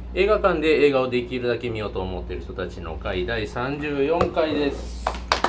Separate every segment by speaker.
Speaker 1: 映画館で映画をできるだけ見ようと思っている人たちの会第34回です。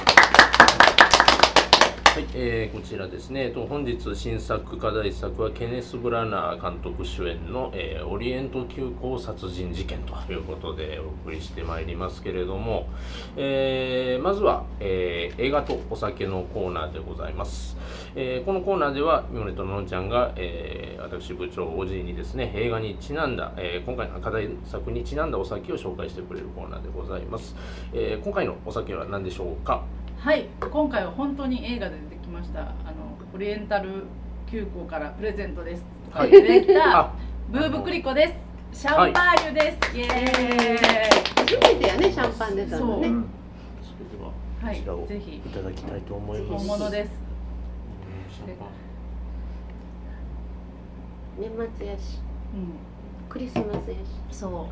Speaker 1: はい、こちらですね、本日新作課題作はケネス・ブラナー監督主演の、オリエント急行殺人事件ということでお送りしてまいりますけれども、まずは、映画とお酒のコーナーでございます。このコーナーではミモレとののちゃんが、私部長おじいにですね、映画にちなんだ、今回の課題作にちなんだお酒を紹介してくれるコーナーでございます。今回のお酒は何でしょうか？
Speaker 2: はい、今回は本当に映画で出てきましたオリエンタル急行からプレゼントですとか出てきたブーブクリコです。シャンパーニュです。イエーイ。
Speaker 3: 初めてやね、シャンパン出たのね。
Speaker 1: それではこちらをいただきたいと思います。
Speaker 2: 本物です。
Speaker 1: シャンパン
Speaker 3: 年末やし、クリスマスやし。
Speaker 2: そう。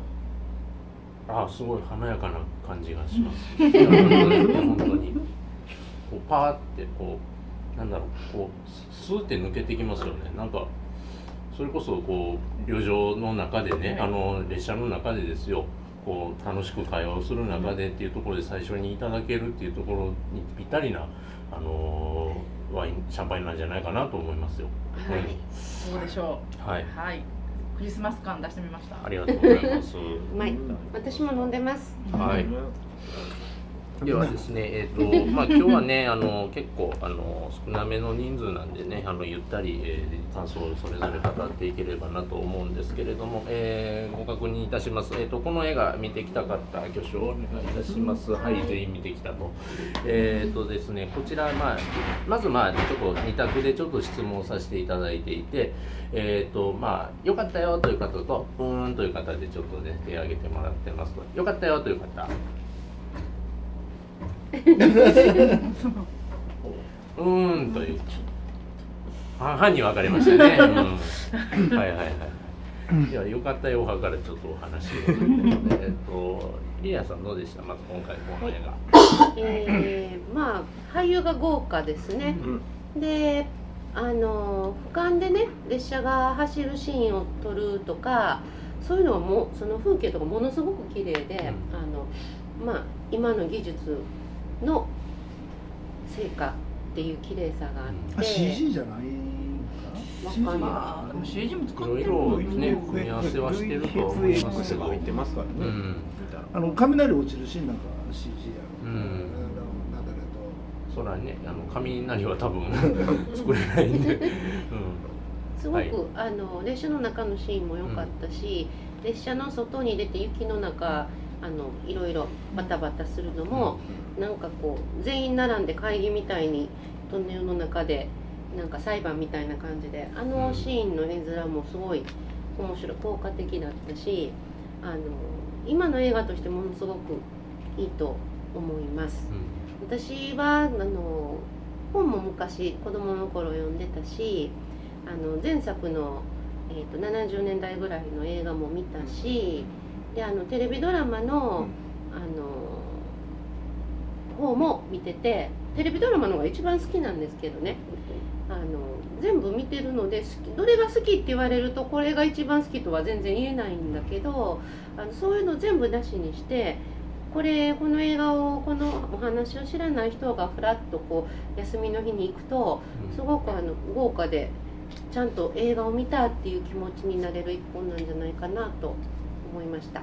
Speaker 1: すごい華やかな感じがします。本当にこうパーってこうなんだろう、こうスーって抜けてきますよね。なんかそれこそこう旅情の中でね、列車の中でですよ、こう楽しく会話をする中でっていうところで最初にいただけるっていうところにぴったりなワインシャンパンなんじゃないかなと思いますよ。
Speaker 2: はい、そうでしょう。
Speaker 1: はい。
Speaker 2: はい。クリスマス感出してみました。
Speaker 1: ありがとうございます。
Speaker 3: うまい。私も飲んでます。
Speaker 1: はい。ではですね、今日はね、結構少なめの人数なんでね、ゆったり、感想をそれぞれ語っていければなと思うんですけれども、ご確認いたします。この映画見てきたかった挙手をお願いいたします。はい、全員見てきたと。ですね、こちら、まずちょっと2択でちょっと質問させていただいていて、良かったよという方と、という方でちょっとね、手を挙げてもらってますと。良かったよという方。という半に分かれましたね。はいはいはい。ではよかったよ派からちょっとお話をということで、リリアさんどうでした？まず今回この映
Speaker 3: 画。俳優が豪華ですね。で、俯瞰でね列車が走るシーンを撮るとか、そういうのはもうその風景とかものすごく綺麗で、今の技術の成果っていう綺麗さがあって、
Speaker 4: CG じゃない
Speaker 3: わかんない。
Speaker 2: でも CG も使ってる。
Speaker 1: いろいろね組み合わせはしてると思いますけど、
Speaker 5: 入ってますからね。
Speaker 4: 雷落ちるシーンなんか CG やる。
Speaker 1: そらね、雷は多分作れないんで、
Speaker 3: すごく、列車の中のシーンも良かったし、列車の外に出て雪の中いろいろバタバタするのも、なんかこう全員並んで会議みたいにトンネルの中でなんか裁判みたいな感じで、シーンの絵面もすごい面白い効果的だったし、今の映画としてものすごくいいと思います。私は本も昔子供の頃読んでたし、前作の、70年代ぐらいの映画も見たし、でテレビドラマの、方も見てて、テレビドラマの方が一番好きなんですけどね、全部見てるのでどれが好きって言われるとこれが一番好きとは全然言えないんだけど、そういうの全部なしにして、この映画をこのお話を知らない人がふらっとこう休みの日に行くと、すごく豪華でちゃんと映画を見たっていう気持ちになれる一本なんじゃないかなと思いました。
Speaker 1: はい。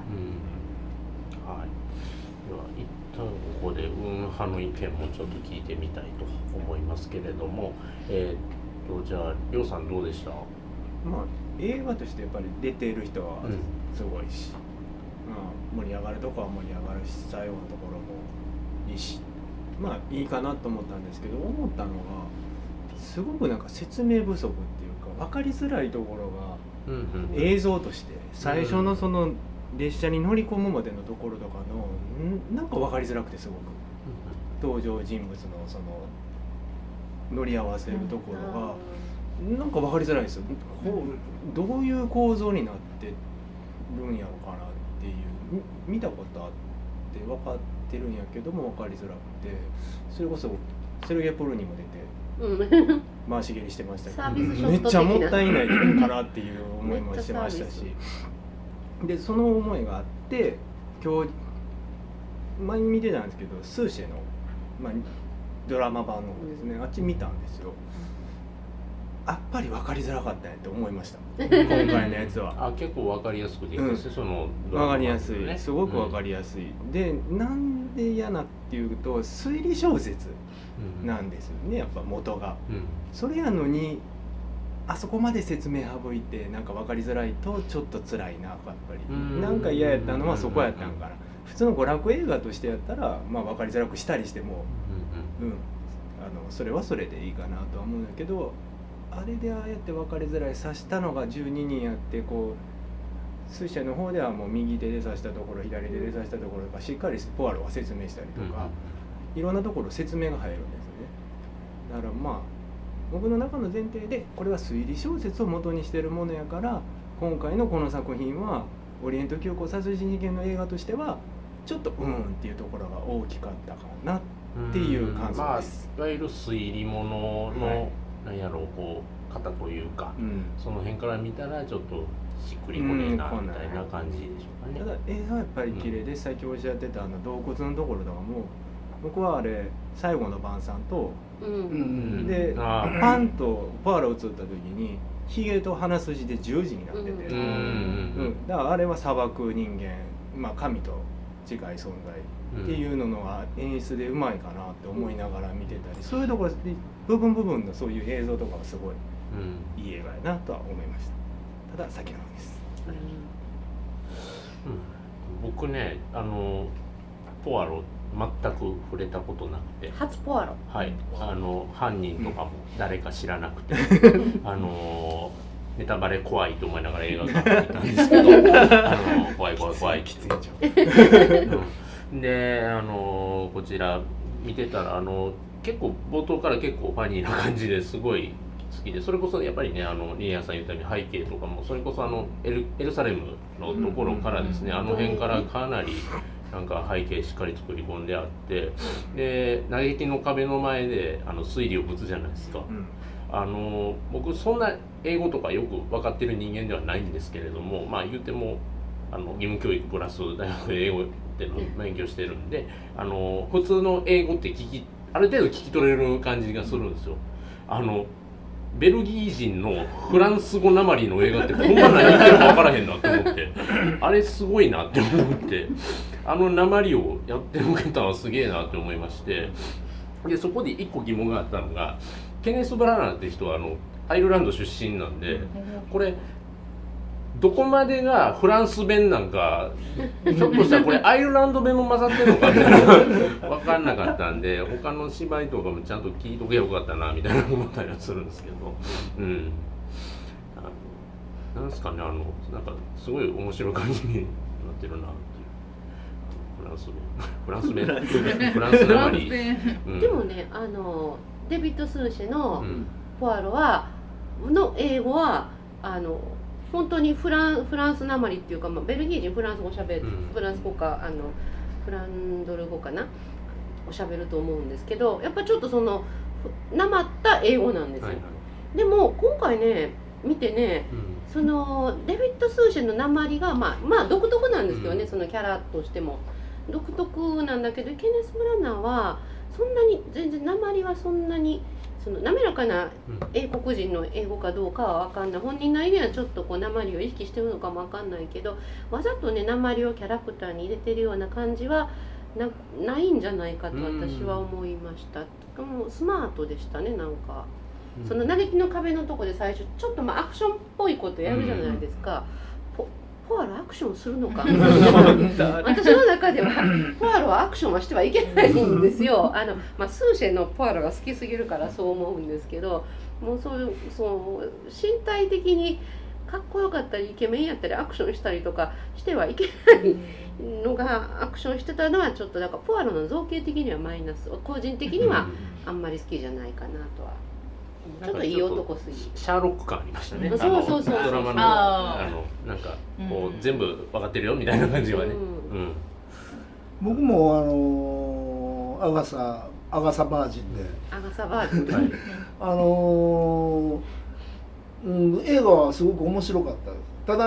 Speaker 1: では一旦ここで派の意見もちょっと聞いてみたいと思いますけれども、じゃありょうさんどうでした？
Speaker 5: 映画としてやっぱり出ている人はすごいし、盛り上がるとこは盛り上がるし、最後のところもいいし、いいかなと思ったんですけど、思ったのがすごくなんか説明不足っていうか分かりづらいところが映像として最初のその列車に乗り込むまでのところとかのなんか分かりづらくて、すごく登場人物のその乗り合わせるところがなんか分かりづらいんですよ。どういう構造になってるんやろうかなっていう、見たことあって分かってるんやけども分かりづらくて、それこそセルゲ・ポルニも出て回し蹴りしてましたけど、めっちゃもったいないかなっていう思いもしてましたし、 でその思いがあって今日前に見てたんですけどスーシェの、ドラマ版の方ですね、あっち見たんですよ。やっぱり分かりづらかったねって思いました今回のやつは。
Speaker 1: 結構分かりやすくできますね、その
Speaker 5: 分かりやすい、すごく分かりやすい、でなんで嫌なっていうと推理小説なんですよね、やっぱ元が、それやのにあそこまで説明省いてなんか分かりづらいとちょっと辛いな、やっぱりなんか嫌やったのはそこやったんかな。普通の娯楽映画としてやったら、分かりづらくしたりしても、それはそれでいいかなとは思うんだけど、あれでああやって分かりづらい刺したのが12人やって、こう水車の方ではもう右手で刺したところ左手で刺したところがしっかりポアロが説明したりとか、いろんなところ説明が入るんですよね。だから僕の中の前提でこれは推理小説を元にしてるものやから、今回のこの作品はオリエント急行殺人事件の映画としてはちょっとっていうところが大きかったかなっていう感想です。
Speaker 1: いわゆる推理ものの、なんやろう、こう型というか、その辺から見たらちょっとしっくりこねえなみたいな感じでしょうかね。
Speaker 5: ただ映画はやっぱり綺麗で、さっきおっしゃってた洞窟のところとかも、僕はあれ最後の晩餐と、でパンとポアロ映った時にヒゲと鼻筋で十字になってて、だからあれは砂漠人間、神と近い存在っていうのが演出でうまいかなって思いながら見てたり、そういうところで部分のそういう映像とかはすごいいい映画やなとは思いました。ただ先の方です。
Speaker 1: 僕ね、ポアロ全く触れたことなくて、
Speaker 3: 初ポアロ、
Speaker 1: 犯人とかも誰か知らなくて、ネタバレ怖いと思いながら映画館に行ったんですけど怖いきついちゃうでこちら見てたら結構冒頭から結構ファニーな感じですごい好きで、それこそやっぱりねリエヤさん言ったように背景とかもそれこそエルサレムのところからですね、辺からかなりなんか背景しっかり作り込んであって、で嘆きの壁の前で推理をぶつじゃないですか。僕そんな英語とかよく分かってる人間ではないんですけれども、言っても義務教育プラス大学で英語っての勉強してるんで、普通の英語ってある程度聞き取れる感じがするんですよ。ベルギー人のフランス語なまりの映画ってほんま何言ってるか分からへんなって思って、あれすごいなって思って、なまりをやってのけたのはすげえなって思いまして、でそこで一個疑問があったのが、ケネス・ブラナーって人はアイルランド出身なんで、これどこまでがフランス弁なんか、ひょっとしたらこれアイルランド弁も混ざってるのかって分かんなかったんで、他の芝居とかもちゃんと聞いとけばよかったなみたいな思ったりはするんですけど、なんですかね、なんかすごい面白い感じになってるなっていう。フランスなまり。
Speaker 3: でもね、デビッド・スーシェのポアロの英語は本当にフランスなまりっていうか、ベルギー人フランス語しゃべる、フランス語かフランドル語かなおしゃべると思うんですけど、やっぱちょっとそのなまった英語なんですよ。でも今回ね見てね、そのデビッド・スーシェのなまりが独特なんですよね、そのキャラとしても独特なんだけど、ケネス・ブラナーはそんなに全然なまりはそんなにその滑らかな英国人の英語かどうかは分かんない、本人なりにはちょっとこうなまりを意識してるのかも分かんないけど、わざとねなまりをキャラクターに入れてるような感じはないんじゃないかと私は思いました。もうスマートでしたね。なんかその嘆きの壁のとこで最初ちょっとアクションっぽいことやるじゃないですか。ポアロアクションするのか私の中ではポアロはアクションはしてはいけないんですよ。スーシェのポアロが好きすぎるからそう思うんですけど、もうそう身体的にかっこよかったりイケメンやったりアクションしたりとかしてはいけないのがアクションしてたのはちょっとなんかポアロの造形的にはマイナス、個人的にはあんまり好きじゃないかなとは。ちょっといい男すぎ、
Speaker 1: シャーロック感ありましたね。
Speaker 3: そう
Speaker 1: ドラマのなんかこう全部分かってるよみたいな感じはね。
Speaker 4: 僕もアガサバージンで。
Speaker 3: アガサバージン。
Speaker 4: 映画はすごく面白かったです。ただ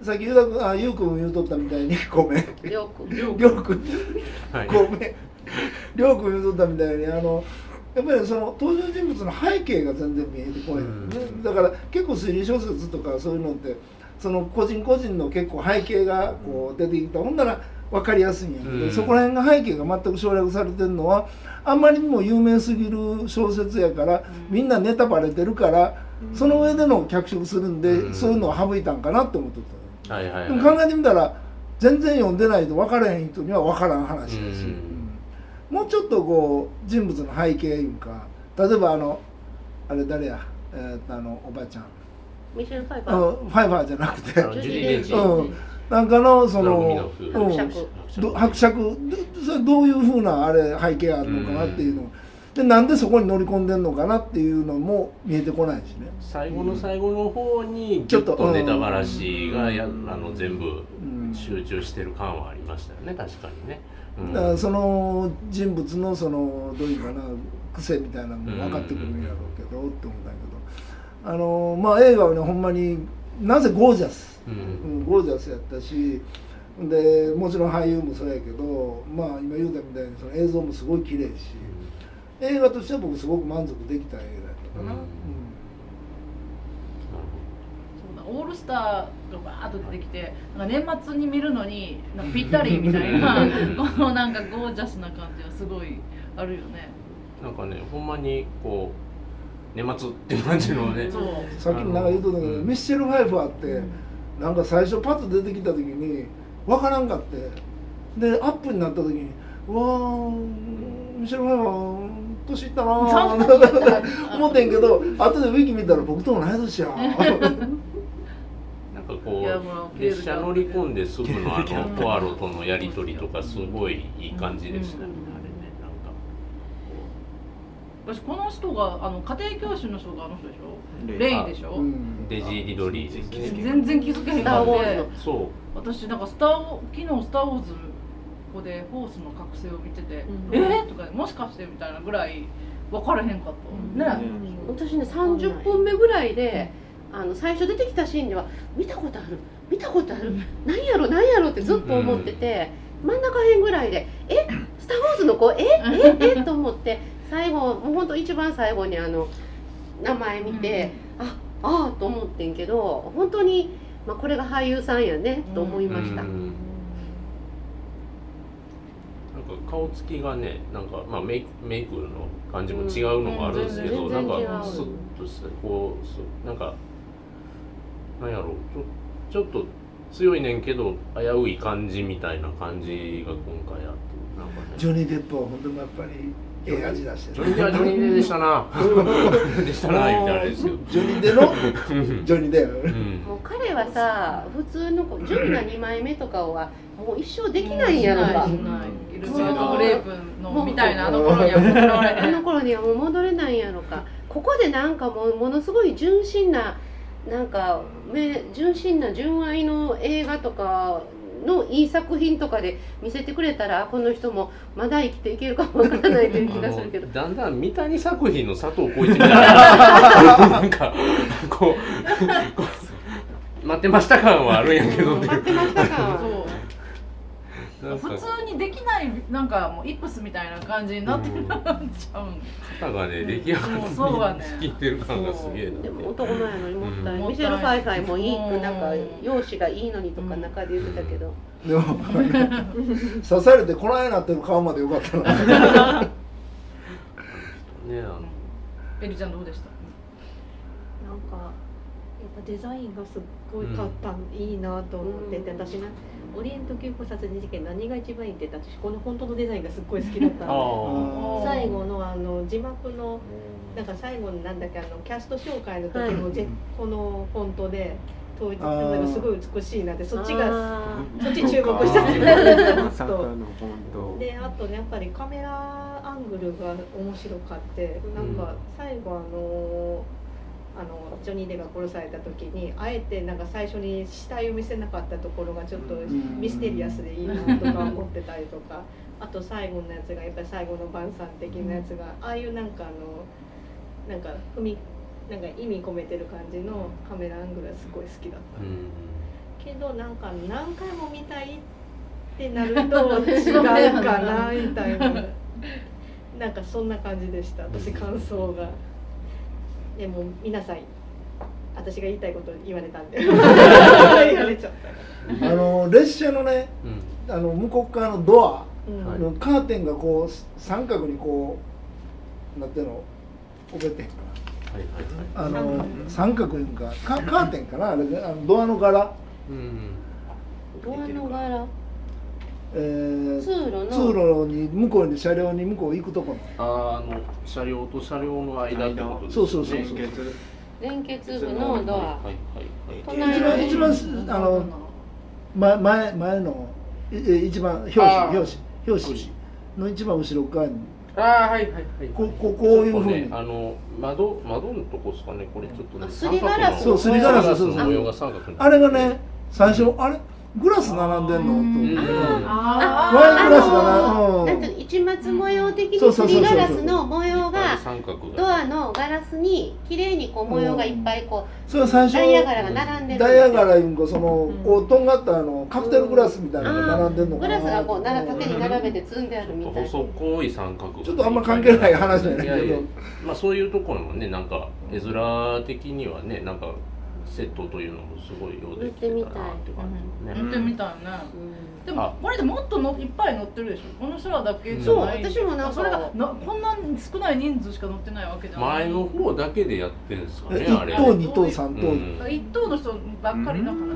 Speaker 4: さっきゆうくん言うとったみたいにごめん
Speaker 3: りょうくん
Speaker 4: りょうくん
Speaker 1: はい
Speaker 4: ごめんりょうくん言うとったみたいにやっぱりその登場人物の背景が全然見えてこない、だから結構推理小説とかそういうのってその個人個人の結構背景がこう出てきた、ほんなら分かりやすいんやけど、そこら辺が背景が全く省略されてるのはあんまりにも有名すぎる小説やから、みんなネタバレてるから、その上での脚色するんで、そういうのを省いたんかなって思ってた、でも考えてみたら全然読んでないと分からへん人には分からん話だし、もうちょっとこう人物の背景いうか、例えばあれ誰や、おばあちゃん
Speaker 3: ミシェル・ファイファー、
Speaker 4: ファイファーじゃなくて
Speaker 3: ジュディ・デンチ、
Speaker 4: なんかのその伯爵、それどういうふうなあれ背景あるのかなっていうので、なんでそこに乗り込んでんのかなっていうのも見えてこないしね。
Speaker 1: 最後の最後の方にちょっとネタばらしが全部集中してる感はありましたよね、確かにね。
Speaker 4: だからその人物のそのどういうかな癖みたいなのも分かってくるんやろうけどって思ったんやけど、まあ映画はねほんまになぜゴージャス、ゴージャスやったし、でもちろん俳優もそうやけど、まあ今言うたみたいにその映像もすごい綺麗し、映画としては僕すごく満足できた映画やったかな。
Speaker 2: オールスターがバーッと出てきて、なんか年末に見るのになんかぴったりみたいなこのなんかゴージャスな感じはすごいあるよね。
Speaker 1: なんかね、ほんまにこう年末って感じのね。
Speaker 4: さっきもなんか言うとったけど、ミッシェル・ファイファーってなんか最初パッと出てきた時に分からんかって、でアップになった時にうわーミッシェル・ファイファー年いったなー思ってんけど、後でウィキ見たら僕と同い年や
Speaker 1: なんかこう列車乗り込んですぐのポアロとのやり取りとかすごいいい感じでしたね、あれね。
Speaker 2: 私この人が家庭教師の人があの人でしょ、レイでしょ、
Speaker 1: デジー・リドリーですね。
Speaker 2: 全然気づけへんかって、
Speaker 1: そう
Speaker 2: 私なんか昨日スター・ウォーズここでフォースの覚醒を見てて、とかもしかしてみたいなぐらい分からへんかったね。
Speaker 3: 私ね30本目ぐらいで最初出てきたシーンでは見たことある何やろってずっと思ってて、真ん中辺ぐらいでスター・ウォーズの子と思って、最後もうほんと一番最後に名前見て、あと思ってんけど、本当に、これが俳優さんやねと思いました。
Speaker 1: なんか顔つきがね、なんかメイクの感じも違うのもあるんですけど、なんかスッとしてこうなんかなんやろう、ちょっと強いねんけど危うい感じみたいな感じが今回あって、なんかね。
Speaker 4: ジョニー・デップは本当にやっぱり味出してる。
Speaker 1: ジョニーデでしたなでしたなみたいなですよ。
Speaker 4: ジョニーデのジョニーデ
Speaker 3: もう彼はさ、普通の子ジョニーが2枚目とかはもう一生できないんやろか。
Speaker 2: イルベルト・グレープのみたいなあの頃には戻られない。
Speaker 3: あの頃にはもう戻れないんやろか。ここでなんかものすごい純真な純愛の映画とかのいい作品とかで見せてくれたら、この人もまだ生きていけるかもわからないという気がするけど、
Speaker 1: だんだん三谷作品の佐藤浩市みたいななんかこう待ってました感はあるんやけど、
Speaker 3: 待ってました感は
Speaker 2: 普通にできないなんかもうイップスみたいな感じになってるんちゃうん。
Speaker 1: 肩がね出来上がりきってる感がすげえな。
Speaker 3: でも男のやのにもったいない。ミシェル・ファイファイもいいなんか容姿がいいのにとか中で言ってたけど。
Speaker 4: でも刺されてこないなってる顔までよかったな。
Speaker 2: ねエリちゃんどうでした？
Speaker 6: なんかやっぱデザインがすっごいいいなと思ってて、私がオリエント急行殺人事件何が一番いいって言ったら、私この本当のデザインがすっごい好きだったので、最後の字幕のなんか最後のなんだっけキャスト紹介の時もこのフォントで統一するのがすごい美しいなって、そっち注目したんですよ。であとねやっぱりカメラアングルが面白かって、なんか最後ジョニー・デが殺された時にあえてなんか最初に死体を見せなかったところがちょっとミステリアスでいいなとか思ってたりとか、あと最後のやつがやっぱり最後の晩餐的なやつがああいうなんかなんか意味込めてる感じのカメラアングルがすごい好きだった。 けどなんか何回も見たいってなると違うかなみたいななんかそんな感じでした私感想が。でも皆さん私が言いたいこと言われたんで言われちゃった。
Speaker 4: 列車のね、向こう側のドア、カーテンがこう三角にこうなってるの覚えてへんかな。三角いうかカーテンかなあれドアの柄。
Speaker 3: ドアの柄。通
Speaker 4: 路に向こうに車両に向こう行くとこ
Speaker 1: の。車両と車両の間ってことですね。
Speaker 4: そう。
Speaker 3: 連結部のドア。
Speaker 4: 一番前の一番表紙の一番後ろ側に。こういうふうに
Speaker 1: 窓のとこですかね。これちょっとね。
Speaker 3: すりガラス。
Speaker 4: そうすりガラス。
Speaker 1: 模様が三角に。
Speaker 4: あれがね最初あれ。グラス並んでんのとワイングラスが
Speaker 3: なんか市松模様的にすりガラスの模様がドアのガラスに綺麗にこう模様がいっぱいこうダイヤ柄が並んでる。
Speaker 4: ダイヤ柄いうかそのこうとんがったカクテルグラスみたいなのが並んでんのかな。
Speaker 3: グラスがこう縦に並べて積んであるみたいな。
Speaker 1: 細こい三角。
Speaker 4: ちょっとあんま関係ない話じゃないけど。
Speaker 1: まあそういうところのねなんか絵面的にはねなんか。セットというのもすごいようできてたなって感じね。
Speaker 2: 見てみたいね。でもこれでもっといっぱい乗ってるでしょ。この空だけじゃない。
Speaker 3: そう私もなんか
Speaker 2: それがこんな少ない人数しか乗ってないわけじゃない。
Speaker 1: 前の方だけでやってるんですかね。あれ。
Speaker 4: 1等2等3
Speaker 2: 等。1等の人ばっかりの話。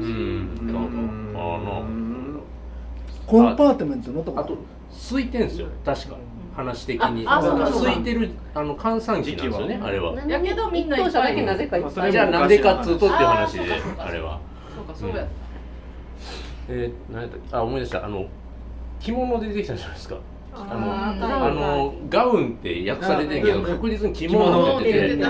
Speaker 4: コンパートメントのとこ。
Speaker 1: あと空いてんですよ確か。話的に空いてる閑散期なんですよねあれは。
Speaker 3: やけどみんな一緒だけなぜかいっぱい。
Speaker 1: じゃあなんでかっつうとっていう話であれは。
Speaker 2: そうや。
Speaker 1: 何やったっけ思い出した着物出てきたじゃないですか。ガウンって訳されてんけど確実に着物出てて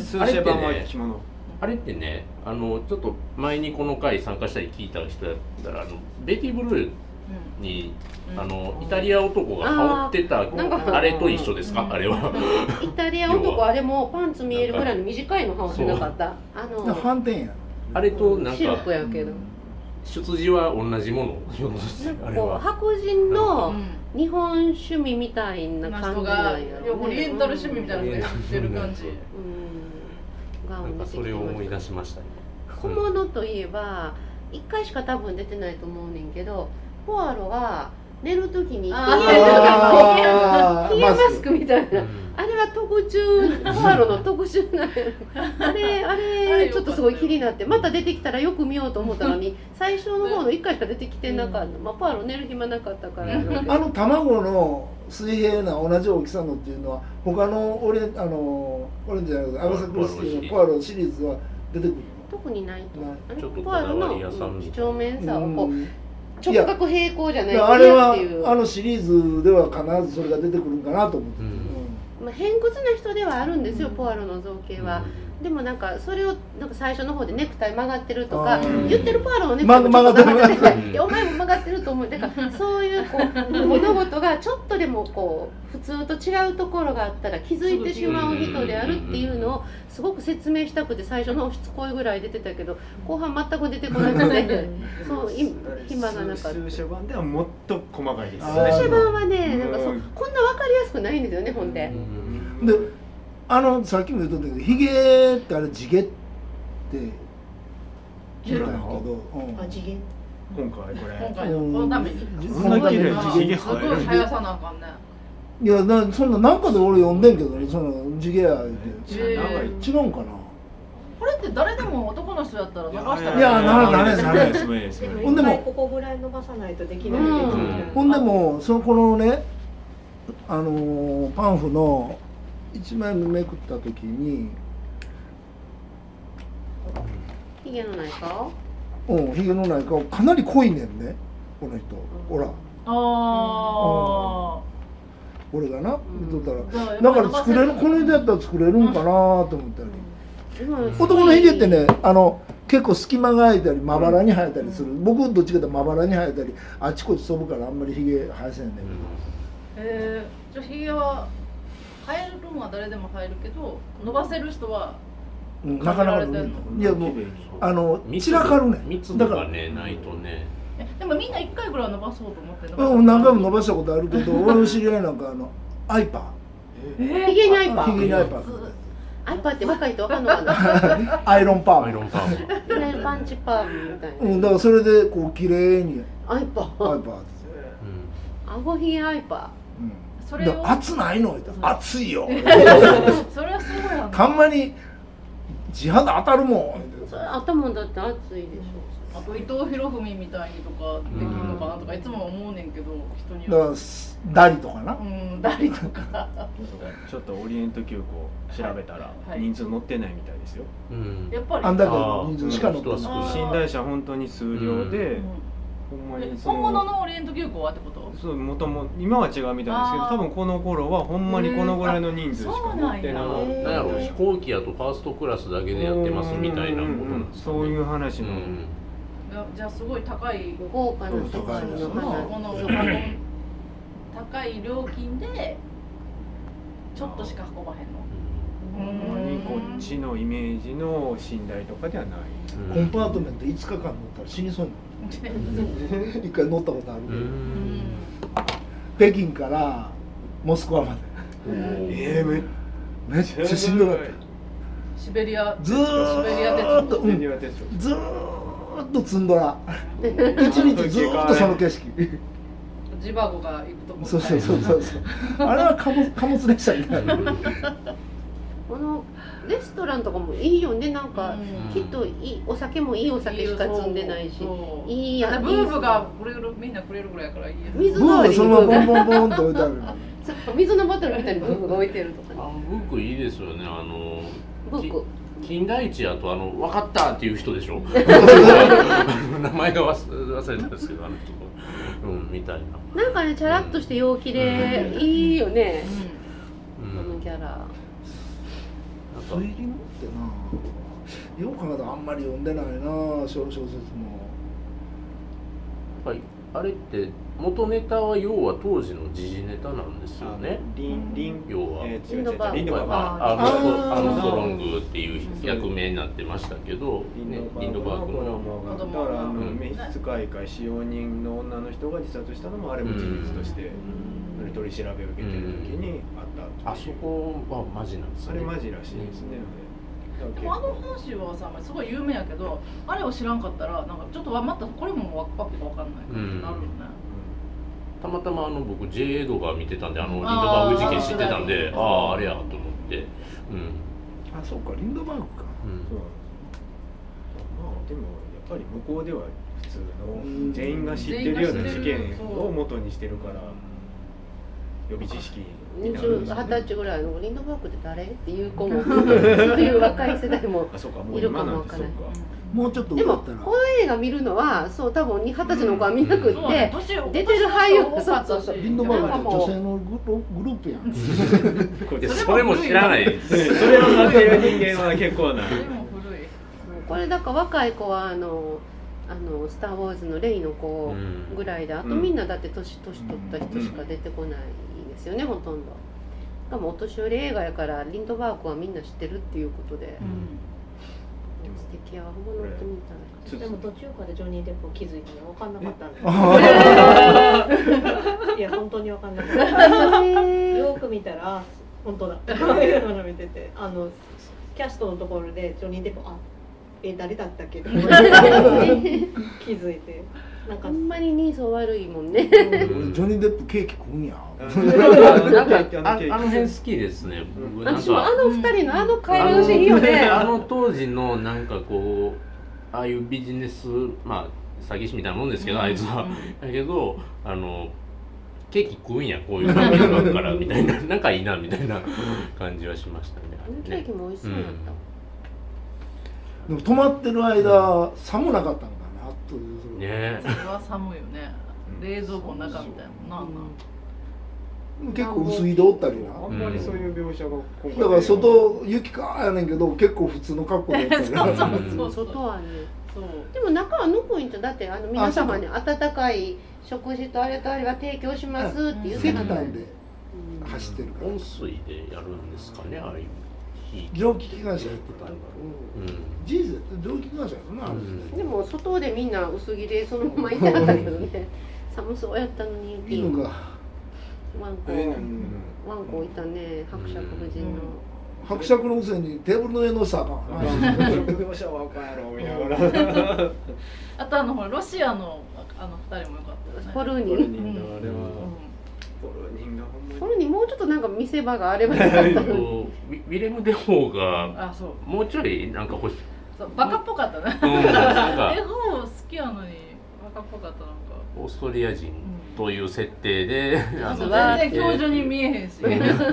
Speaker 1: あれってねちょっと前にこの回参加したり聞いた人だったらベティブルーにイタリア男が羽織ってたあれと一緒ですかあれは。
Speaker 3: イタリア男あれもパンツ見えるぐらいの短いの羽織ってなかった。
Speaker 4: 反転や。
Speaker 1: あれとなんか
Speaker 3: シルクやけど
Speaker 1: 出自は同じものあれは。
Speaker 3: 白人の日本趣味みたいな感じなんやろ。
Speaker 2: オリエンタル趣味みたいなのがやってる感じ。
Speaker 1: なんかそれを思い出しましたね。
Speaker 3: 小物といえば1回しか多分出てないと思うねんけど。ポアロが寝るときにヒゲマスクみたいな、あれは特注ポアロの特集なんや。あれちょっとすごい気になってまた出てきたらよく見ようと思ったのに最初の方の1回しか出てきてなかった。ポアロ寝る暇なかったから
Speaker 4: 卵の水平な同じ大きさのっていうのは他のオレンジじゃないけどアガサ・クリスティのポアロシリーズは出てくるの？
Speaker 3: 特にないと。
Speaker 1: ポアロの
Speaker 3: 几帳面さをこう直角平行じゃない
Speaker 4: とあれはシリーズでは必ずそれが出てくるんかなと思って、
Speaker 3: 偏屈な人ではあるんですよ、ポアロの造形は。でもなんかそれをなんか最初の方でネクタイ曲がってるとか言ってるポアロのネクタイもちょっと曲がっててお前も曲がってると思う。だからそういう物事がちょっとでもこう普通と違うところがあったら気づいてしまう人であるっていうのをすごく説明したくて最初のしつこいぐらい出てたけど後半全く出てこなくてそう暇がなかった。
Speaker 5: 数書版ではもっと細かいです。
Speaker 3: 数書版はねなんかこんな分かりやすくないんですよね本って。
Speaker 4: でさっきも言ったんだけどヒゲってあれ地毛って
Speaker 3: 地毛
Speaker 5: 今回
Speaker 2: このために
Speaker 5: そんな綺麗にヒゲ
Speaker 2: すごい生やさなあかんね。
Speaker 4: いやそんななんかで俺読んでんけどねその地毛やって違うんかな。
Speaker 2: これって誰でも男の人やったら伸ばしたら
Speaker 4: いやなれです。
Speaker 6: ほんでもここぐらい伸ばさないとできない。
Speaker 4: ほんでもこのねパンフの1枚目めくった時に
Speaker 3: ヒゲのない顔？
Speaker 4: ヒゲのない顔かなり濃いねんねこの人。ほら俺がな見とったらだから作れるこの人やったら作れるんかなと思ったり。男のヒゲってね結構隙間が空いたりまばらに生えたりする。僕どっちかというとまばらに生えたりあちこち飛ぶからあんまりヒゲ生やせんねんけど。
Speaker 2: じゃあヒゲは生えるのは誰でも生えるけど伸ばせる人は
Speaker 4: なかなか伸びない。いやもう散らかるね。
Speaker 1: 密度がねないとね。
Speaker 2: でもみんな1回ぐらい伸ばそうと思って
Speaker 4: 何回も伸ばしたことあるけど、俺の知り合いなんかアイパ
Speaker 3: ー、ヒゲにアイパー、
Speaker 4: ヒゲにアイパー、
Speaker 3: アイパーって若い人わかんのかな。
Speaker 4: アイロンパーマ、
Speaker 1: アイロンパーマ、
Speaker 3: いパンチパーマみたいな。
Speaker 4: だからそれでこう綺麗に
Speaker 3: アイパー、
Speaker 4: アイパーです。
Speaker 3: 顎ひげアイパ
Speaker 2: ー。それを
Speaker 4: 熱ないの？熱いよ。
Speaker 2: それはすごいな。
Speaker 4: たんまに地肌当たるもん。
Speaker 3: それ頭だって熱いでしょ。
Speaker 2: あと伊藤博文みたいにとかできるのかなとかいつも思うねんけど、人に
Speaker 4: だからダリとかな。
Speaker 2: ダリとか。
Speaker 5: ちょっとオリエント急行調べたら人数乗ってないみたいですよ。
Speaker 2: やっぱり。
Speaker 4: あんだけ人数しか乗ってない。
Speaker 5: 寝台車本当に数両で。
Speaker 2: 本物のオリエント急行はってこと？
Speaker 5: そう、今は違うみたいですけど、多分この頃はほんまにこのぐらいの人数しか乗ってない。
Speaker 1: なんやろ、飛行機やとファーストクラスだけでやってますみたいなことなんですかね。
Speaker 5: そういう話の。
Speaker 2: じゃあすごい高い
Speaker 3: 豪華な世界の話。
Speaker 2: 高い料金でちょっとしか運ばへんの。
Speaker 5: ほんまにこっちのイメージの寝台とかではない。
Speaker 4: コンパートメント5日間乗ったら死にそうになる。一回乗ったことあるけど、北京からモスクワまでめっちゃしんどかった。
Speaker 2: シベリア
Speaker 4: ずーっと積んどら一日ずーっとその景色。
Speaker 2: ジバゴが行くとこ。
Speaker 4: そうあれは貨物列車みたいな。
Speaker 3: このレストランとかもいいよね。なんかきっとお酒もいいお酒しか積んでないし、いいや。
Speaker 2: ブーブがみんなくれるぐらいからいいや。
Speaker 3: 水
Speaker 4: ブーブそのままボンボンボンと置いてある。
Speaker 3: 水のボトルみたいにブーブが置いてるとかね。
Speaker 1: ブークいいですよね。
Speaker 3: ブーク
Speaker 1: 金田一やと分かったっていう人でしょ。名前が忘れたんですけど、あの人みたいな。
Speaker 3: なんかね、チャラッとして陽気でいいよね。このキャラ。
Speaker 4: 推理もってな、よく考えたらあんまり読んでないな、小説も。
Speaker 1: はい、あれって元ネタは要は当時の時事ネタなんですよね。要は
Speaker 3: リンドバーグ、
Speaker 1: アームストロングっていう役名になってましたけど、リンドバーグの
Speaker 5: だから召使いか使用人の女の人が自殺したのもあれも事実として取り調べを受けてる時にあった。
Speaker 1: あそこはマジなんですね。
Speaker 5: あれマジらしいですね。
Speaker 2: でもあの話はさ、すごい有名やけど、あれを知らんかったらなんかちょっとまたこれもわけが分かんない感じになるよね。
Speaker 1: たまたま僕 J エドが見てたんで、リンドバーグ事件知ってたんで、あれやと思って、
Speaker 4: あ、そうか、リンドバーグか。
Speaker 5: そう。まあでもやっぱり向こうでは普通の全員が知ってるような事件を元にしてるから予備知識になるんですね。
Speaker 3: 20歳ぐらいのリンドバーグって誰っていう子もそういう若い世代もいるかもわからない。
Speaker 4: もうちょっと
Speaker 3: でもこの映画見るのはそう多分20歳の子は見なくって出てる俳優がそう
Speaker 4: リンドバーグって女性のグループやん。
Speaker 1: それも知らない。
Speaker 5: それを待ってる人間は結構な。
Speaker 3: これだから若い子はスター・ウォーズのレイの子ぐらいで、あとみんなだって年取った人しか出てこないですよね、ほとんど。しかもお年寄り映画やからリンドバーグはみんな知ってるっていうことで、素敵やわ、本物ってみたい。
Speaker 6: でも途中からジョニー・デップ気づいたの分かんなかったんですいや本当に分かんなかったよく見たら本当だっていうのを見てて、キャストのところでジョニー・デップ誰だったっけって気づいて、なんか
Speaker 3: あんまり人相悪いもんね。
Speaker 4: ジョニー・デップケーキ食うんや。
Speaker 1: なんかあの辺好きですね。
Speaker 3: 私も二人の会話のシーンいいよね。
Speaker 1: 当時のなんかこうああいうビジネス詐欺師みたいなもんですけど、あいつはだけどケーキ食うんや、こういう関係があるからみたいな、仲いいなみたいな感じはしましたね。
Speaker 3: ケーキも美味しそうだった。
Speaker 4: でも泊まってる間寒なかったのかなという
Speaker 1: ね。
Speaker 2: それは寒いよね。冷蔵庫の中みたいなな。
Speaker 4: 結構薄いでおったりな。
Speaker 5: あんまりそういう描写が今回
Speaker 4: だから外雪かやねんけど結構普通の格好でおったりな。
Speaker 3: 外はね。でも中はぬくいんとだって皆様に温かい食事とあれとあれは提供しますって言って
Speaker 4: 石炭で走ってるから。
Speaker 1: 温水でやるんですかね、ああいう。
Speaker 4: 蒸気機関車
Speaker 1: やってたのか
Speaker 4: ジーゼって蒸気機関車やろな、
Speaker 3: でも外でみんな薄着でそのままいてはったけどね寒そうやったのに
Speaker 4: 犬が
Speaker 3: ワンコいたね、伯爵夫人の
Speaker 4: 伯爵のくせにテーブルの上のさあかん
Speaker 5: 職業者はあかんやろみたいな。
Speaker 2: あとほらロシアの2人も良かったよね。
Speaker 3: ポルーニ
Speaker 5: ポルニ
Speaker 3: ン
Speaker 5: ンがあれはポルニンがほんまに
Speaker 3: ポルーニンもうちょっとなんか見せ場があればよかったのに
Speaker 1: ウィレム・デフォーが
Speaker 2: あ、そう
Speaker 1: もうちょいなんか欲しい。
Speaker 2: そうバカっぽかったね。
Speaker 1: なんか
Speaker 2: 絵本好きやのにバカっぽかったなんか。
Speaker 1: オーストリア人という設定で、
Speaker 2: 全然教授に見えへんし。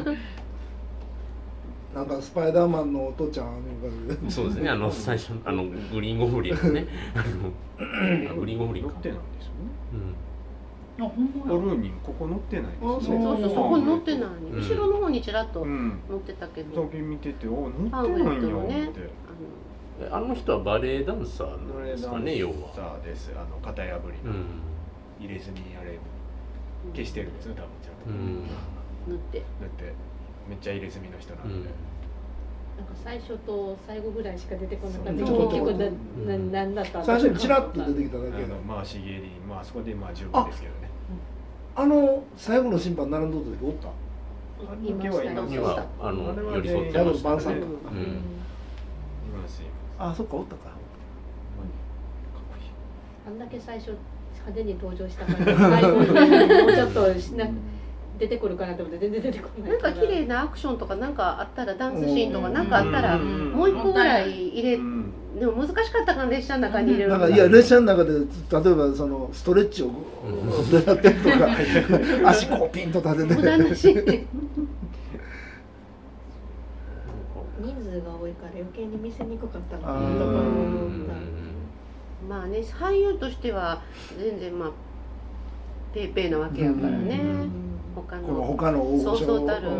Speaker 4: なんかスパイダーマンのお父ちゃん
Speaker 1: そうですね、最初グリーンゴブリンのねグリーンゴブリンか
Speaker 5: 乗ってないんですよね。
Speaker 2: あ、ほんま
Speaker 5: ポ
Speaker 2: や。
Speaker 5: ルーニンここ乗ってないんです
Speaker 3: そう
Speaker 5: よね。
Speaker 3: そうそこに乗ってない、
Speaker 1: うん
Speaker 3: 後ろの方にちらっと
Speaker 5: うん。
Speaker 3: 乗ってたけど、
Speaker 5: 先見てて、乗ってないん
Speaker 3: パンフレット
Speaker 5: や
Speaker 3: のね
Speaker 5: って。
Speaker 1: あの人はバレエダンサーなんですかね、要は。
Speaker 5: さあです。型破りの
Speaker 1: うん
Speaker 5: 入れずにあれ消してるんですよ、多分ちゃんと。
Speaker 1: うん
Speaker 3: 塗って
Speaker 5: だってめっちゃ入れ墨の人なんで。
Speaker 6: なんか最初と最後ぐらいしか出てこなかった。
Speaker 5: そう
Speaker 6: 結局何だったんだ
Speaker 4: 最初にチラッと出てきただけ
Speaker 5: 回し蹴り、まああそこでまあ十分ですけどね。
Speaker 4: 最後の審判並んどった時おった
Speaker 3: いました
Speaker 1: には寄り添って
Speaker 4: 最後
Speaker 1: ましたね。
Speaker 4: の晩餐か
Speaker 1: うん
Speaker 5: いますよ。
Speaker 4: あそっかおったか
Speaker 5: かっこいい。
Speaker 6: あんだけ最初派手に登場したから最後にもうちょっと出てくるかなと思って全然出てこない
Speaker 3: なんか綺麗なアクションとかなんかあったらダンスシーンとかなんかあったらもう一個ぐらい入れ、でも難しかったから列車の中に入れる
Speaker 4: なんかいや列車の中で例えばそのストレッチをやってるとか足こうピンと立てて
Speaker 3: 無駄なシーンで
Speaker 6: 人数が多いから余計に見せにくかったの
Speaker 4: あ
Speaker 6: かなとか思った
Speaker 3: まあね俳優としては全然まあペーペーなわけやからね、他
Speaker 4: この
Speaker 3: の
Speaker 4: 他の大御所
Speaker 3: そうそうたる、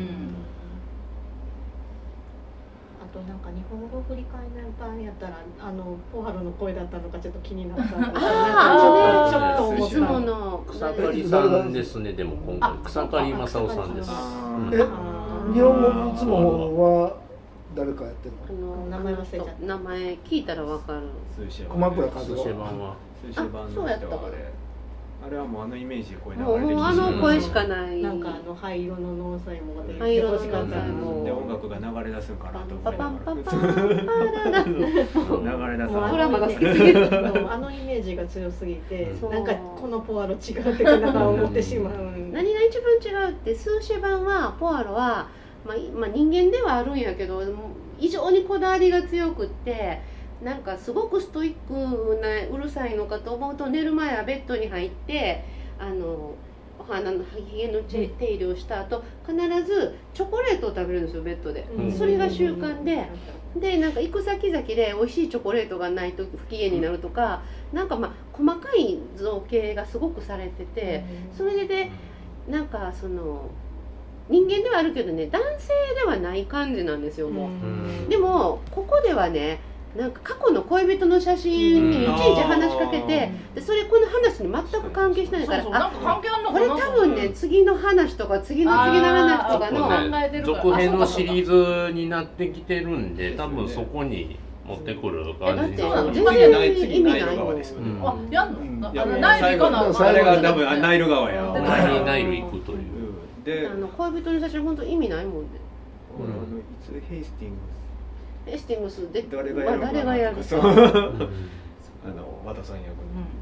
Speaker 6: あとなんか日本語振り替えない版やったらポハロの声だったのかちょっと気になったなんかちょっと思
Speaker 3: いつも
Speaker 6: った
Speaker 3: の
Speaker 1: 草刈さんですね、でも今回草刈正雄さんです。
Speaker 4: 日本語いつもは誰かやってるの
Speaker 6: 名前忘れちゃった
Speaker 3: 名前聞いたらわかる
Speaker 4: 熊倉監
Speaker 1: 寿
Speaker 4: 督
Speaker 1: 司版は
Speaker 5: 寿司版の人はあれはもうイメージで声流
Speaker 3: もう
Speaker 5: れてる
Speaker 3: あの声しかない
Speaker 6: なんか灰色のノーサイモが出て
Speaker 3: 灰色の
Speaker 6: 欲しかった
Speaker 3: ノーサイモ
Speaker 5: で音楽が流れ出すんかなと思いな
Speaker 3: パパンパ
Speaker 5: が
Speaker 3: パンパララ
Speaker 5: ら流れ出さ
Speaker 3: ドラマが好きすぎる
Speaker 6: あのイメージが強すぎて
Speaker 3: そう
Speaker 6: なんかこのポアロ違うってなんか思ってしまう
Speaker 3: 何が一番違うってスーシェ版はポアロは、まあ人間ではあるんやけど異常にこだわりが強くってなんかすごくストイックなうるさいのかと思うと寝る前はベッドに入ってお花のひげの手入れをした後必ずチョコレートを食べるんですよベッドで、それが習慣でなんか行く先々で美味しいチョコレートがないと不機嫌になるとか、なんか細かい造形がすごくされてて、それでなんかその人間ではあるけどね男性ではない感じなんですよもう、でもここではねなんか過去の恋人の写真にいちいち話しかけて、でそれこの話に全く関係しないから、
Speaker 2: なんか関係あんの
Speaker 3: これ
Speaker 2: かな。
Speaker 3: 多分ね次の話とか次の次の話とかの
Speaker 1: 続編のシリーズになってきてるんで、多分そこに持ってくる感じ
Speaker 3: だって
Speaker 5: 次
Speaker 3: 全然意味ない
Speaker 5: ナイル川ですよね。
Speaker 2: あ、やんの？
Speaker 5: いやもう
Speaker 2: ナイルかな。
Speaker 5: あれが多分ナイル川や。
Speaker 1: ナイル行くという。
Speaker 5: で、
Speaker 3: 恋人の写真本当意味ないもんね。
Speaker 5: いつヘイスティングス
Speaker 3: エスティムスで
Speaker 5: 誰がやるかな
Speaker 3: 誰がやる
Speaker 5: そう
Speaker 3: か
Speaker 5: 和田さん役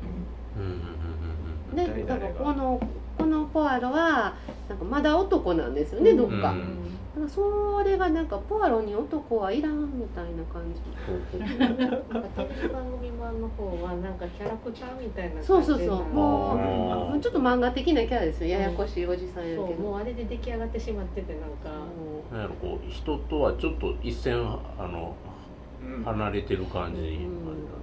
Speaker 3: でだからこのポアロはなんかまだ男なんですよね、どっか。なんかそれがなんかポアロに男はいらんみたいな感じ。
Speaker 6: テレビ番組版の方はなんかキャラクターみたいな感じ
Speaker 3: そうもうちょっと漫画的なキャラですよ。ややこしいおじさんやけど。
Speaker 6: もうあれで出来上がってしまっててなんか。
Speaker 1: なんやろこう人とはちょっと一線離れてる感じなんですよね。っていう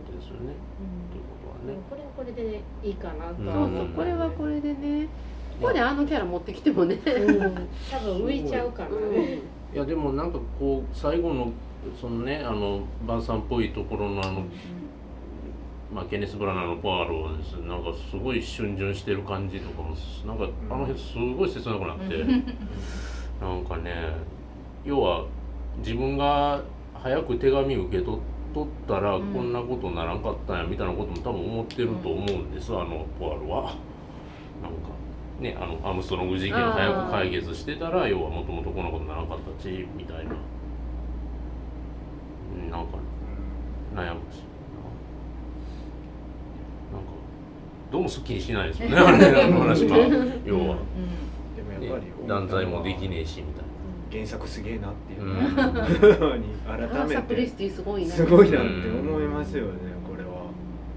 Speaker 1: ことはね。
Speaker 6: これはこれでいいかなと。
Speaker 3: そうこれはこれでね。ここであのキャラ持ってきてもね。
Speaker 6: 多分浮いちゃうからね。
Speaker 1: いやでもなんかこう最後のそのね晩餐っぽいところのケネス・ブラナーのポアロですなんかすごい逡巡してる感じとかもなんかあの辺すごい切なくなってなんかね要は自分が早く手紙受け取ったらこんなことならんかったんやみたいなことも多分思ってると思うんです、ポアロは。なんかね、アームストロング事件を早く解決してたら要はもともとこんなことならんかったしみたいな、なんか悩むしなんかどうもすっきりしないですよねあれの話が要は、
Speaker 5: でもやっぱり
Speaker 1: 断罪もできねえしみたいな。
Speaker 5: 原作すげえなっていう
Speaker 1: うん
Speaker 5: に改め
Speaker 3: サクリ
Speaker 5: て
Speaker 3: スティすごいな。
Speaker 5: すごいなって思いますよね、これは。こ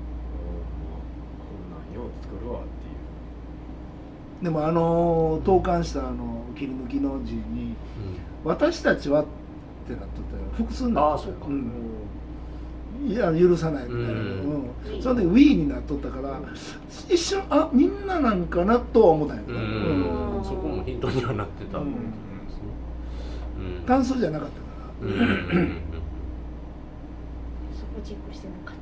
Speaker 5: んなんよう作るわっていう。
Speaker 4: でも投函した切り抜きの字に「私たちは」ってなっとったよ。複数になっとったよ。
Speaker 1: ああそうか
Speaker 4: いや許さないみたいな、その時 We になっとったから一瞬みんななんかなとは思ったんやけど、
Speaker 1: そこもヒントにはなってた、
Speaker 4: 単数じゃなかったから、
Speaker 6: そこチェックしてなかった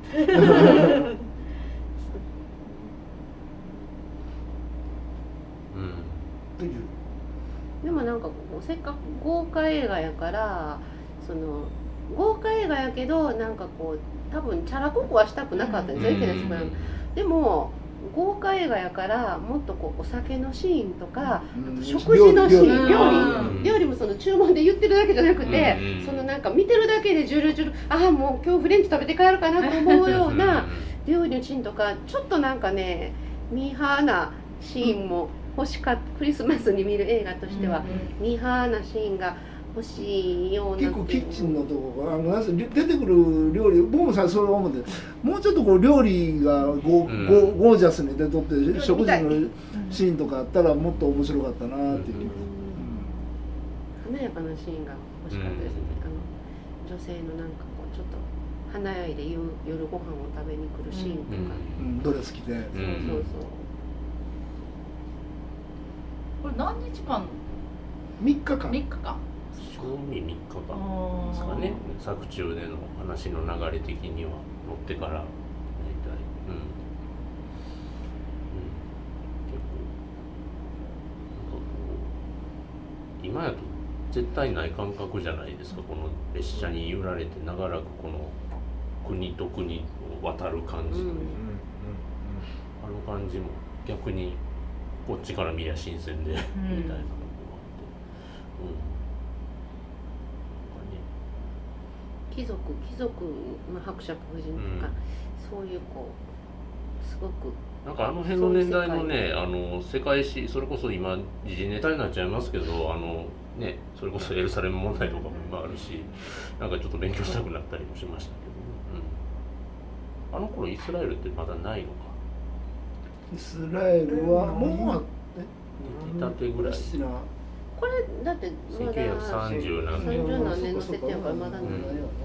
Speaker 3: でもなんかせっかく豪華映画やから豪華映画やけどなんかこう多分チャラこくはしたくなかったんですよ、池田さん。でも豪華映画やからもっとこうお酒のシーンとか、あと食事のシーン、料理もその注文で言ってるだけじゃなくて、そのなんか見てるだけでジュルジュルもう今日フレンチ食べて帰るかなと思うような料理のシーンとかちょっとなんかねミーハーなシーンも欲しかった。クリスマスに見る映画としてはミーハーなシーンが欲しいような。
Speaker 4: 結構キッチンのとこが出てくる料理、僕もさそれを思って、もうちょっとこう料理がゴージャスに出とって食事のシーンとかあったらもっと面白かったなっていう、
Speaker 3: 華やかなシーンが欲しかったですね。女性のなんかこうちょっと華やいで夜ご飯を食べに来るシーンとか、
Speaker 4: ドレス着て、
Speaker 3: そう
Speaker 2: これ何日間
Speaker 4: 3日間
Speaker 2: ？3日間。
Speaker 1: 賞味3日間ですかね。作中での話の流れ的には乗ってから大体、結構なんかこう今やと絶対ない感覚じゃないですか。この列車に揺られて長らくこの国と国を渡る感じ、あの感じも逆にこっちから見りゃ新鮮で、みたいなのがあって、
Speaker 3: 貴族、伯爵夫人とか、そういうこうすごく
Speaker 1: なんかあの辺の年代のね世界史、それこそ今時事ネタになっちゃいますけどね、それこそエルサレム問題とかも今あるし、なんかちょっと勉強したくなったりもしましたけど、あの頃イスラエルってまだないのか。
Speaker 4: イスラエルはもう
Speaker 1: 2たてぐらい。
Speaker 3: これだってまだ
Speaker 1: 1930何年
Speaker 3: 30何年の設定やからまだない。
Speaker 1: ないんだね。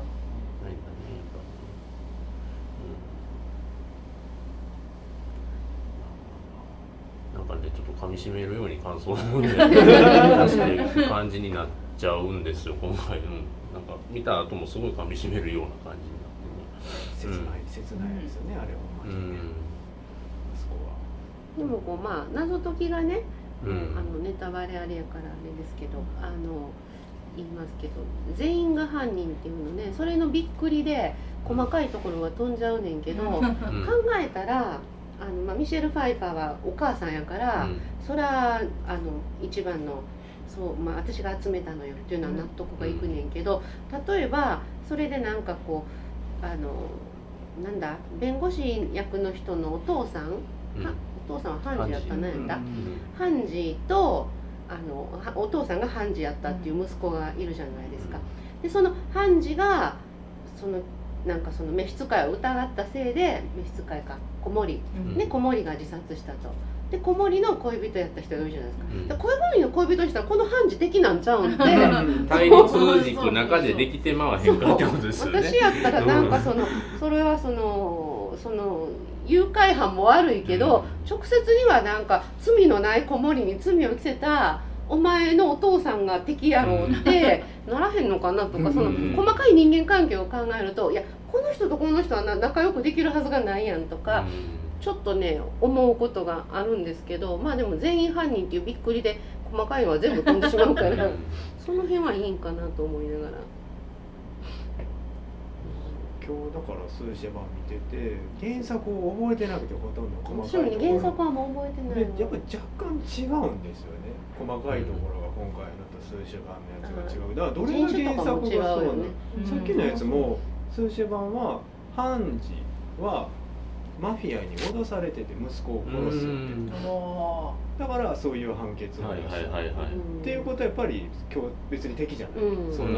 Speaker 1: なんかね、ちょっと噛み締めるように感想を出していく感じになっちゃうんですよ今回。なんか見た後もすごい噛み締めるような感じになってね。
Speaker 5: 切ないですよね、あれはマジで。そこは。
Speaker 3: でもこう謎解きがね、ネタバレあれやからあれですけど言いますけど、全員が犯人っていうのね、それのびっくりで細かいところが飛んじゃうねんけど、考えたらミシェル・ファイファーはお母さんやから、それは一番の私が集めたのよっていうのは納得がいくねんけど、例えばそれでなんかこうなんだ弁護士役の人のお父さん、お父さんは判事やったなんやった判事とお父さんが判事やったっていう息子がいるじゃないですか。でその判事がなんかその召使いを疑ったせいで、召使いか子守、子守が自殺したと。で子守の恋人やった人がいるじゃないですか。で恋守の恋人にしたらこの判事的なんちゃうんで
Speaker 1: 対立軸の中でできてまわへんかってことですよね。
Speaker 3: 私やったらなんかそれは誘拐犯も悪いけど、直接にはなんか罪のない子守に罪を着せたお前のお父さんが敵やろうってならへんのかなとか、その細かい人間関係を考えると、いやこの人とこの人は仲良くできるはずがないやんとか、ちょっとね思うことがあるんですけど、でも全員犯人っていうびっくりで細かいのは全部飛んでしまうからその辺はいいんかなと思いながら。
Speaker 5: 今日だから数シェ版見てて原作を覚えてなくてほとんど細かいところ
Speaker 3: 原作はもう覚えてないの。
Speaker 5: でやっぱり若干違うんですよね。細かいところが今回のと数シェ版のやつが違う。だからどれが原作がそうなの、さっきのやつも数シェ版はハンジはマフィアに脅されてて息子を殺すっていうだからそういう判決を出したっていうことはやっぱり今日別に敵じゃない、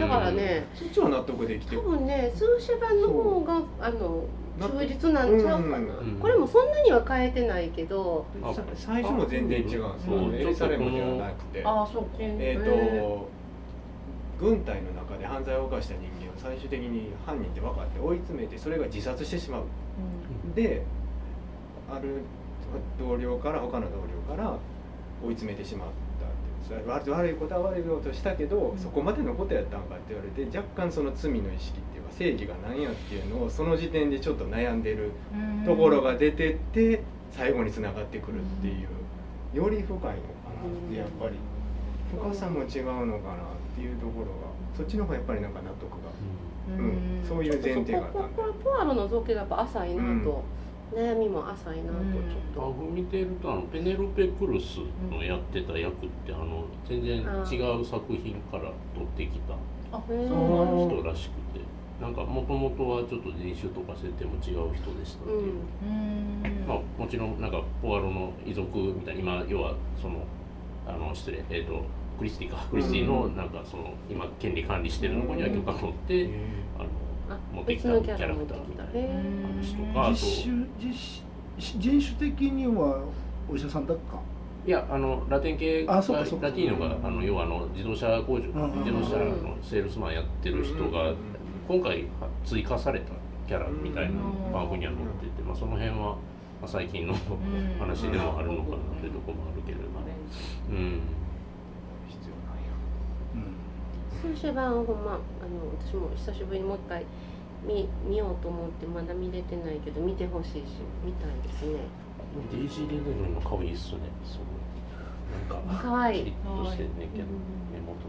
Speaker 3: だからね
Speaker 5: そっちは納得できてる。
Speaker 3: 多分ね数シェ版の方が忠実なんちゃうかな、これもそんなには変えてないけど
Speaker 5: 最初も全然違うんですよ。エルサレムではなくて軍隊の中で犯罪を犯した人間を最終的に犯人って分かって追い詰めてそれが自殺してしまう、である他の同僚から追い詰めてしまったって悪いことは悪いことしたけど、そこまでのことやったんかって言われて若干その罪の意識っていうか正義が何やっていうのをその時点でちょっと悩んでるところが出てって最後につながってくるっていうより深いのかなってやっぱり深さも違うのかなっていうところがそっちの方がやっぱりなんか納得が、そういう前提があったんで
Speaker 3: ポワロの造形がやっぱ浅いなと、悩みも浅いなとちょっと
Speaker 1: 見てるとペネロペ・クルスのやってた役って全然違う作品から取ってきた人らしくて、なんかもともとはちょっと人種とか設定も違う人でしたっていう、まあもちろんなんかポワロの遺族みたいに今要はその失礼クリスティのなんかその今権利管理してるのには許可を取って持ってきたキャラクターみたいな話とか、
Speaker 4: 人種的にはお医者さんだっか。
Speaker 1: いやラテン系ラティーノが要は自動車工場自動車のセールスマンやってる人が今回追加されたキャラみたいなバーグには載ってて、まあその辺は最近の話でもあるのかなというところもあるけれども、
Speaker 3: 数シェ版はほんま私も久しぶりにもう一回見ようと思ってまだ見れてないけど見てほしいし見たいですね。
Speaker 1: デイジー・レドルの可愛いっすね。そうなんか
Speaker 3: 可愛い
Speaker 1: キリッとしてねけど目元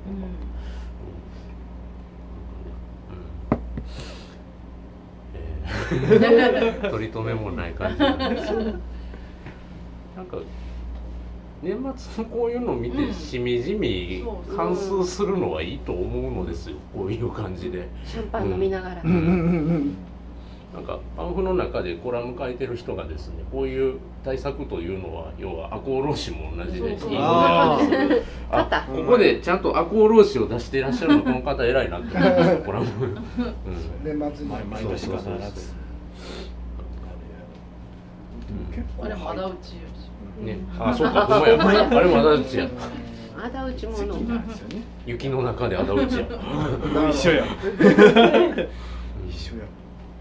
Speaker 1: とか、取り留めもない感じなんですよ。なんか年末のこういうのを見てしみじみ反芻するのはいいと思うのですよ。こういう感じで
Speaker 3: シャンパン飲みながら、
Speaker 1: なんかパンフの中でコラム書いてる人がですね、こういう対策というのは要は赤穂浪士も同じでいいのであここでちゃんと赤穂浪士を出していらっしゃるのこの方偉いなって思いました。コラム
Speaker 4: 年末に
Speaker 5: 毎年必ず
Speaker 2: あれまだうち
Speaker 1: ね、あ、そうか、ほんまや、あれもあだ討ちや。
Speaker 3: あだ討ちもの。
Speaker 1: 雪の中であだ討ちや。
Speaker 5: 一緒や。一緒や。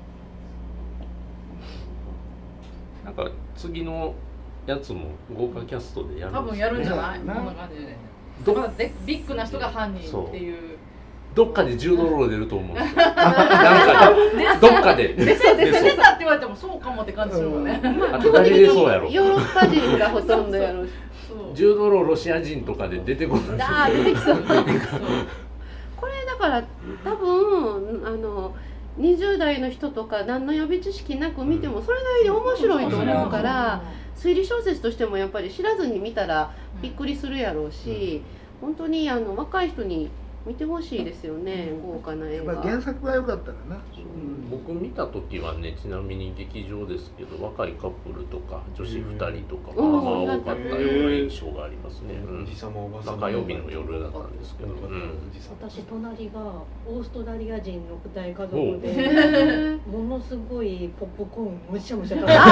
Speaker 1: なんか次のやつも豪華キャストでやるんですよね。
Speaker 2: 多分やるんじゃない？こんな感じで。ビッグな人が犯人っていう。
Speaker 1: どっかで10ドル出ると思うんですよ。なんかどっかで
Speaker 2: 出たって言われてもそうかもって感じするもんね。
Speaker 1: あと誰でそうやろ。
Speaker 3: ヨーロッパ人がほとんどやろうし。
Speaker 1: 10ドルロシア人とかで出てこない。
Speaker 3: 出てきそう。これだから多分20代の人とか何の予備知識なく見てもそれなりに面白いと思うから、推理小説としてもやっぱり知らずに見たらびっくりするやろうし、本当に若い人に見てほしいですよね、豪華な映画。
Speaker 4: やっぱ原作が良かったらな。
Speaker 1: 僕見た時はね、ちなみに劇場ですけど若いカップルとか女子2人とかまあ多かったような印象がありますね。火曜日の夜だったんですけど、
Speaker 6: 私隣がオーストラリア人の大家族でものすごいポップコーンむしゃむしゃ食べて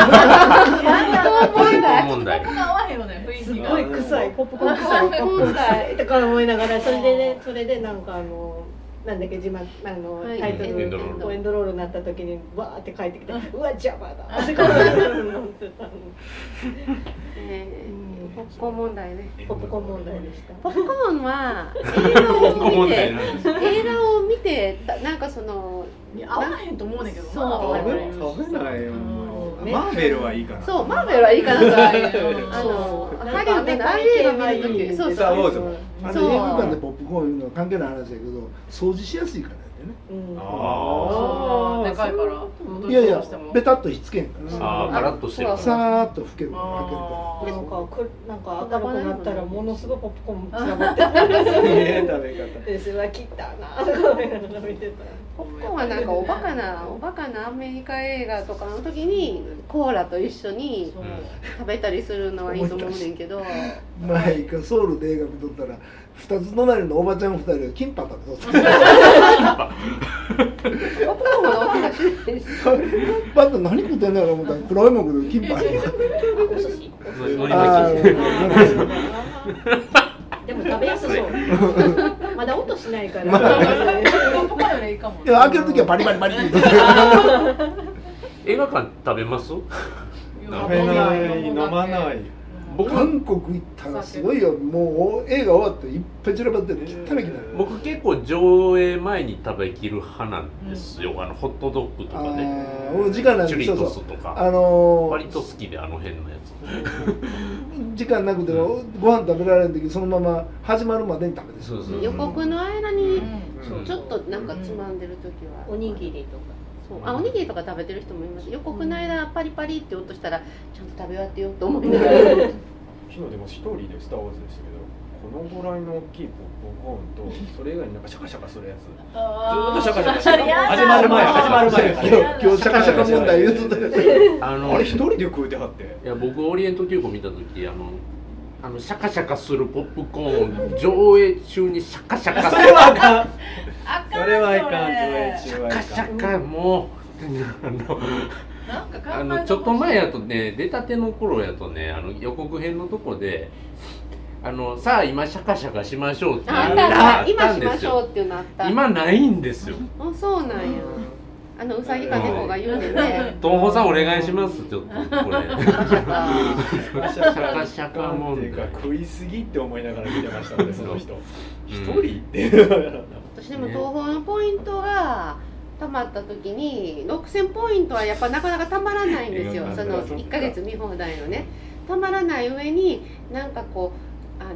Speaker 1: 問題
Speaker 6: すごい臭いポップコーン臭いとか思いながら、それでなんかなんだっけタイトルエンドロールになった時にわーって帰ってきて、うわ邪魔だってポ
Speaker 3: ップコーン問題ね。
Speaker 6: ポップコーン問題でした。
Speaker 3: ポップコーンは映画を見てなんかその
Speaker 2: 合わへんと思うねんけどな。
Speaker 5: 食べないよ。マーベルはいいかな。
Speaker 3: そう、マーベルはいいかなと。ハリウッドのああいう映画見るとき、そうそう。
Speaker 4: 映画館でポップコーンいうのは関係ない話だけど、掃除しやすいからね。
Speaker 5: ね。
Speaker 2: ああでかいから
Speaker 4: いやいやベタっとひっつけんから
Speaker 1: ああカラッとしてる
Speaker 4: さーっと拭ける開ける
Speaker 6: なんか明るくなったらものすごいポップコーンつながって
Speaker 5: 食べ方。
Speaker 6: ですわ切ったなとか見てた。
Speaker 3: ポップコーンはなんかおバカなアメリカ映画とかの時にコーラと一緒に食べたりするのはいいと思うねんけど、
Speaker 4: 前かソウルで映画見とったら二つ隣のおばちゃん二人がキンパ食べとった
Speaker 3: ポップコーンの音がしないし
Speaker 4: パッと何食ってんだろう思ったら黒いもんキンパ
Speaker 6: お寿司
Speaker 4: あ
Speaker 6: でも食べやすそうまだ音しないから
Speaker 2: ポップコーンよりいいかも。
Speaker 4: いや開けるときはバリバリバリって言って
Speaker 1: 映画館食べます？
Speaker 5: 食べない飲まない。
Speaker 4: 韓国行ったらすごいよ。もう映画終わっていっぱい散らばってる汚い
Speaker 1: 僕結構上映前に食べきる派なんですよ。ホットドッグとかね、
Speaker 4: 時間なん
Speaker 1: チュリ
Speaker 4: で
Speaker 1: トスとか割と好きであの辺のやつ
Speaker 4: 時間なくてもご飯食べられる時そのまま始まるまでに食べて
Speaker 1: そうそう
Speaker 3: 予告の間にちょっとなんかつまんでる時は
Speaker 6: おにぎりとか
Speaker 3: おにぎりとか食べてる人もいます。予告の間パリパリって音したらちゃんと食べ終わってよと思いながら
Speaker 5: 昨日でも一人でスター・ウォーズでしたけど、このぐらいの大きいポップコーンとそれ以外になんかシャカシャカするやつずーっとシャカシャカして始まる前
Speaker 4: 今日シャカシャカ問題言うとった
Speaker 5: あれ一人で食うてはって。
Speaker 1: いや僕オリエント急行見た時シャカシャカするポップコーン上映中にシャカシャカ
Speaker 5: それはあかんそれはいかん
Speaker 1: シャカシャカもうちょっと前やとね出たての頃やとね予告編のとこでさあ今シャカシャカしましょうっていうのがあったんですよ。今ないんですよ。
Speaker 3: そうなんや。うさぎか猫が言うねんね。
Speaker 1: 東宝さんお願いします。ちょっとこれ
Speaker 5: シャカ
Speaker 1: シャカもんで
Speaker 5: 食いすぎって思いながら見てましたのでその人一人って
Speaker 3: 私でも東宝のポイントがたまった時に6000ポイントはやっぱなかなかたまらないんですよ。その1ヶ月見放題のねたまらない上になんかこう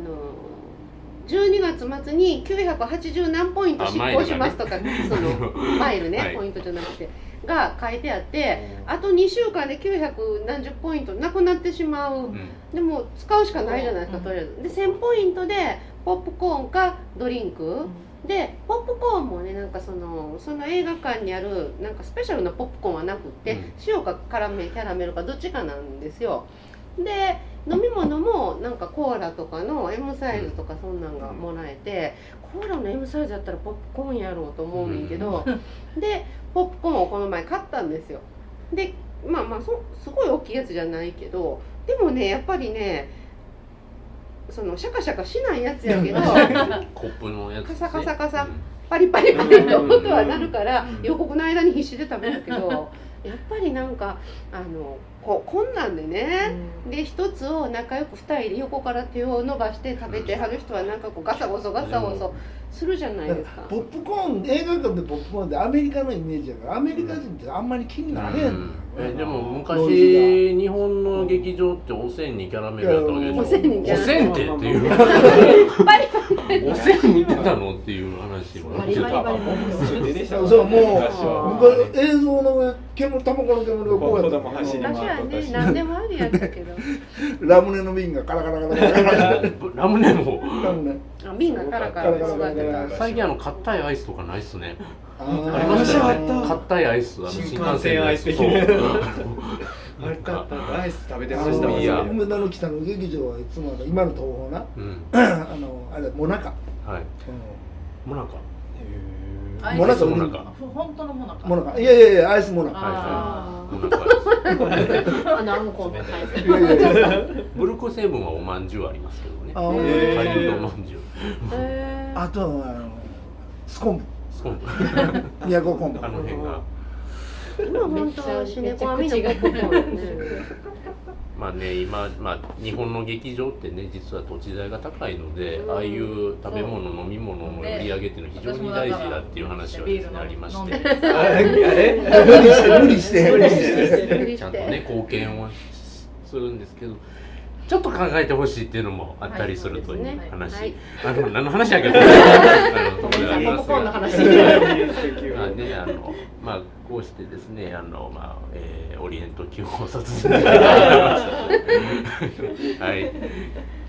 Speaker 3: 12月末に980何ポイント執行しますとか、そのマイルね、はい、ポイントじゃなくてが書いてあってあと2週間で900何十ポイントなくなってしまう、でも使うしかないじゃないですか、とりあえずで1000ポイントでポップコーンかドリンク、でポップコーンもねなんかその映画館にあるなんかスペシャルなポップコーンはなくって、塩かキャラメルかどっちかなんですよ。で飲み物もなんかコーラとかの M サイズとかそんなんがもらえて、コーラの M サイズだったらポップコーンやろうと思うんだけど、でポップコーンをこの前買ったんですよ。でまあすごい大きいやつじゃないけどでもねやっぱりねそのシャカシャカしないやつやけど
Speaker 1: コップのやつ、ね、
Speaker 3: カサカサカサパリパリパリと音はなるから予告の間に必死で食べたけどやっぱりなんかこんなんでね、で一つを仲良く2人で横から手を伸ばして食べてはる人はなんかこうガサゴソガサゴソするじゃないですか。
Speaker 4: ポップコーン映画館でポップコーンってアメリカのイメージだからアメリカ人ってあんまり気になれん、
Speaker 1: でも昔日本の劇場っておせんにキャラメルやったわけでしょ。おせんってっていうおせんに出たのっていう話も
Speaker 4: そうもう映像の煙卵の煙がこうやって
Speaker 3: 昔はね何でもありやったけど
Speaker 4: ラムネの瓶がカラカラカラカラ
Speaker 1: ラムネも
Speaker 3: 瓶がカラカラ
Speaker 1: 最近硬いアイスとかないっすね。ありましたよね。硬いアイス
Speaker 5: 新幹線アイス的なアイス食べてましたもんね。
Speaker 4: 梅田の北の劇場はいつも今の東宝なあれモナカ
Speaker 1: モナカ
Speaker 4: モナカ
Speaker 2: 本当のモナカ
Speaker 4: モナカいやアイスモナカ
Speaker 1: ブルクセブンはおまんじゅうありますけどね。カリウドまんじゅう。
Speaker 4: あとスコンブ宮古昆布
Speaker 1: あの辺が
Speaker 3: 今本当はシネコアミのポップコーンね。
Speaker 1: まあね今日本の劇場ってね実は土地代が高いので、ああいう食べ物飲み物の売り上げっていうのは非常に大事だっていう話はですねありまして、
Speaker 4: 無理して
Speaker 1: ちゃんとね貢献をするんですけど、 ちょっと考えてほしいっていうのもあったりするという話、
Speaker 3: はい
Speaker 1: 何の話やけど
Speaker 6: ポップコーンの話
Speaker 1: まあこうしてですねオリエント急行殺人はい